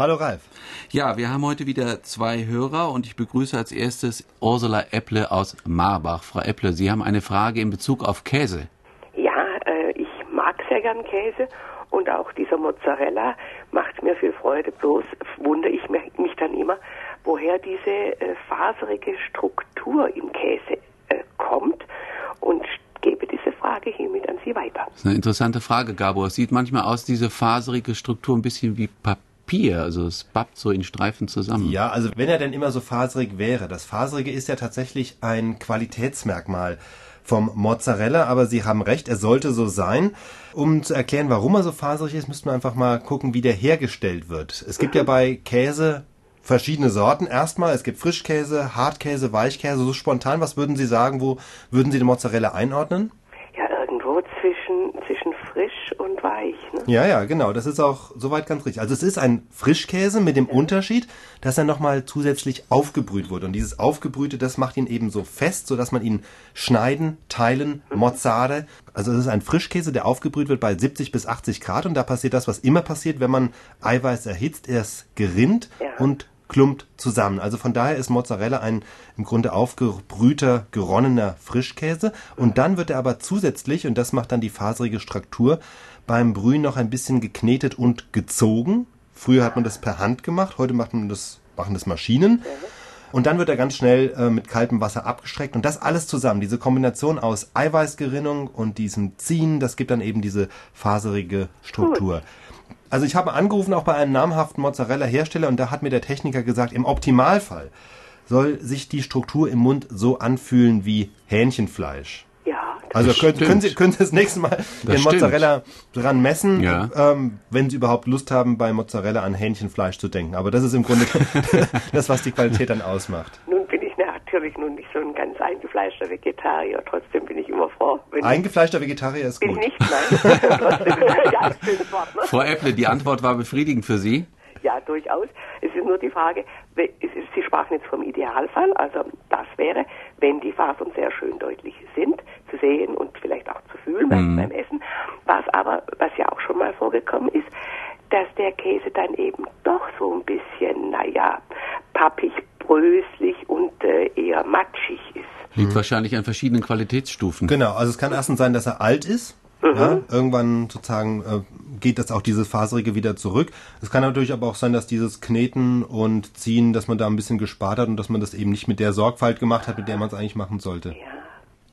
Hallo Ralf. Ja, wir haben heute wieder 2 Hörer und ich begrüße als erstes Ursula Epple aus Marbach. Frau Epple, Sie haben eine Frage in Bezug auf Käse. Ja, ich mag sehr gern Käse und auch dieser Mozzarella macht mir viel Freude. Bloß wundere ich mich dann immer, woher diese faserige Struktur im Käse kommt, und gebe diese Frage hiermit an Sie weiter. Das ist eine interessante Frage, Gabor. Es sieht manchmal aus, diese faserige Struktur, ein bisschen wie Papier. Also es bappt so in Streifen zusammen. Ja, also wenn er denn immer so faserig wäre. Das Faserige ist ja tatsächlich ein Qualitätsmerkmal vom Mozzarella, aber Sie haben recht, er sollte so sein. Um zu erklären, warum er so faserig ist, müssten wir einfach mal gucken, wie der hergestellt wird. Es gibt ja bei Käse verschiedene Sorten. Erstmal, es gibt Frischkäse, Hartkäse, Weichkäse. So spontan, was würden Sie sagen, wo würden Sie den Mozzarella einordnen? Ja, irgendwo zwischen frisch und weich. Ne? Ja, genau. Das ist auch soweit ganz richtig. Also es ist ein Frischkäse mit dem Unterschied, dass er nochmal zusätzlich aufgebrüht wurde. Und dieses Aufgebrühte, das macht ihn eben so fest, sodass man ihn schneiden, teilen, mozzare. Also es ist ein Frischkäse, der aufgebrüht wird bei 70 bis 80 Grad. Und da passiert das, was immer passiert, wenn man Eiweiß erhitzt. Er gerinnt und klumpt zusammen. Also von daher ist Mozzarella ein im Grunde aufgebrühter, geronnener Frischkäse. Und dann wird er aber zusätzlich, und das macht dann die faserige Struktur, beim Brühen noch ein bisschen geknetet und gezogen. Früher hat man das per Hand gemacht, heute machen das Maschinen. Und dann wird er ganz schnell mit kaltem Wasser abgestreckt. Und das alles zusammen, diese Kombination aus Eiweißgerinnung und diesem Ziehen, das gibt dann eben diese faserige Struktur. Gut. Also ich habe angerufen auch bei einem namhaften Mozzarella-Hersteller und da hat mir der Techniker gesagt, im Optimalfall soll sich die Struktur im Mund so anfühlen wie Hähnchenfleisch. Ja. Also können Sie das nächste Mal den Mozzarella dran messen, wenn Sie überhaupt Lust haben, bei Mozzarella an Hähnchenfleisch zu denken. Aber das ist im Grunde das, was die Qualität dann ausmacht. Nun bin ich natürlich nicht so ein ganz eingefleischter Vegetarier. Trotzdem bin ich immer froh. Eingefleischter Vegetarier ist gut. Bin ich nicht, nein. Trotzdem, ja, schönes Wort, ne? Frau Epple, die Antwort war befriedigend für Sie? Ja, durchaus. Es ist nur die Frage, Sie sprachen jetzt vom Idealfall, also das wäre, wenn die Fasern sehr schön deutlich sind, zu sehen und vielleicht auch zu fühlen beim Essen. Was ja auch schon mal vorgekommen ist, dass der Käse dann eben doch so ein bisschen, pappig, bröselig und eher matschig ist. Liegt wahrscheinlich an verschiedenen Qualitätsstufen. Genau, also es kann erstens sein, dass er alt ist. Ja, irgendwann sozusagen geht das auch dieses Faserige wieder zurück. Es kann natürlich aber auch sein, dass dieses Kneten und Ziehen, dass man da ein bisschen gespart hat und dass man das eben nicht mit der Sorgfalt gemacht hat, mit der man es eigentlich machen sollte. Ja.